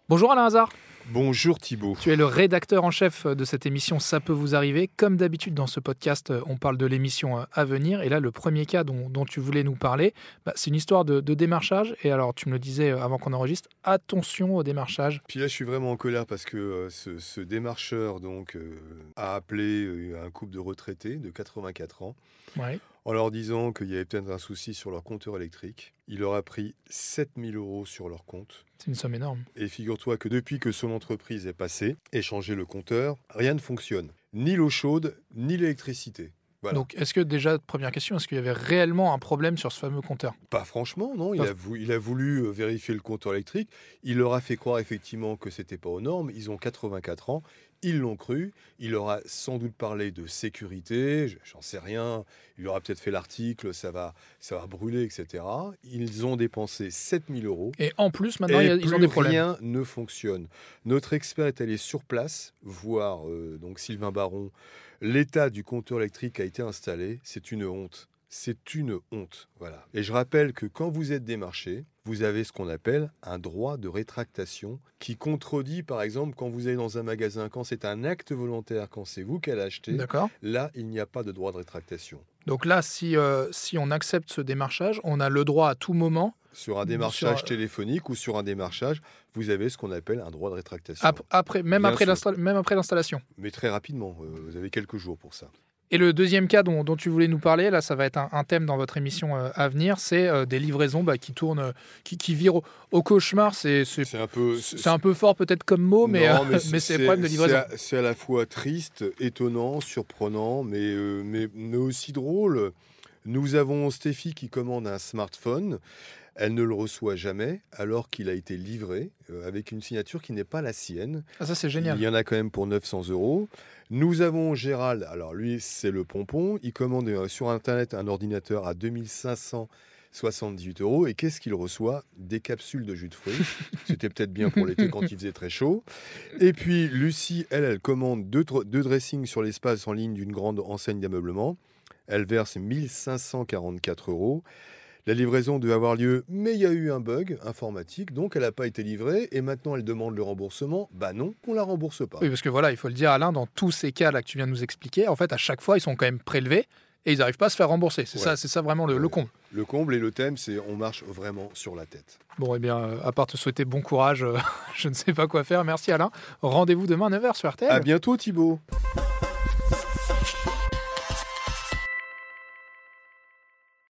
Bonjour Alain Hazard. Bonjour Thibaut. Tu es le rédacteur en chef de cette émission Ça peut vous arriver. Comme d'habitude dans ce podcast, on parle de l'émission à venir. Et là, le premier cas dont tu voulais nous parler, c'est une histoire de démarchage. Et alors, tu me le disais avant qu'on enregistre, attention au démarchage. Puis là, je suis vraiment en colère parce que ce démarcheur a appelé un couple de retraités de 84 ans en leur disant qu'il y avait peut-être un souci sur leur compteur électrique. Il leur a pris 7 000 € sur leur compte. C'est une somme énorme. Et figure-toi que depuis que son entreprise est passée et changé le compteur, rien ne fonctionne. Ni l'eau chaude, ni l'électricité. Voilà. Donc, est-ce que déjà, première question, est-ce qu'il y avait réellement un problème sur ce fameux compteur ? Pas franchement, non. Il a voulu vérifier le compteur électrique. Il leur a fait croire effectivement que c'était pas aux normes. Ils ont 84 ans. Ils l'ont cru. Il leur a sans doute parlé de sécurité. J'en sais rien. Il leur a peut-être fait l'article. Ça va brûler, etc. Ils ont dépensé 7 000 €. Et en plus, maintenant, ils ont des problèmes. Rien ne fonctionne. Notre expert est allé sur place voir Sylvain Baron. L'état du compteur électrique a été installé, c'est une honte. C'est une honte, voilà. Et je rappelle que quand vous êtes démarché, vous avez ce qu'on appelle un droit de rétractation qui contredit, par exemple, quand vous allez dans un magasin, quand c'est un acte volontaire, quand c'est vous qui allez acheter, là, il n'y a pas de droit de rétractation. Donc là, si on accepte ce démarchage, on a le droit à tout moment... Sur un démarchage téléphonique ou sur un démarchage, vous avez ce qu'on appelle un droit de rétractation. Même après l'installation. Mais très rapidement, vous avez quelques jours pour ça. Et le deuxième cas dont tu voulais nous parler, là, ça va être un thème dans votre émission à venir, c'est des livraisons qui tournent, qui virent au cauchemar. C'est un peu fort peut-être comme mot, mais c'est le problème de livraison. C'est à la fois triste, étonnant, surprenant, mais aussi drôle. Nous avons Stéphie qui commande un smartphone. Elle ne le reçoit jamais, alors qu'il a été livré avec une signature qui n'est pas la sienne. Ah, ça, c'est génial. Il y en a quand même pour 900 €. Nous avons Gérald. Alors, lui, c'est le pompon. Il commande sur Internet un ordinateur à 2578 €. Et qu'est-ce qu'il reçoit ? Des capsules de jus de fruits. C'était peut-être bien pour l'été quand il faisait très chaud. Et puis, Lucie, elle commande deux dressings sur l'espace en ligne d'une grande enseigne d'ameublement. Elle verse 1544 €. La livraison devait avoir lieu, mais il y a eu un bug informatique, donc elle n'a pas été livrée, et maintenant elle demande le remboursement. Bah non, on ne la rembourse pas. Oui, parce que voilà, il faut le dire Alain, dans tous ces cas-là que tu viens de nous expliquer, en fait, à chaque fois, ils sont quand même prélevés, et ils n'arrivent pas à se faire rembourser. C'est ça vraiment le comble. Le comble et le thème, c'est on marche vraiment sur la tête. Bon, eh bien, à part te souhaiter bon courage, je ne sais pas quoi faire. Merci Alain. Rendez-vous demain à 9h sur RTL. À bientôt Thibaut.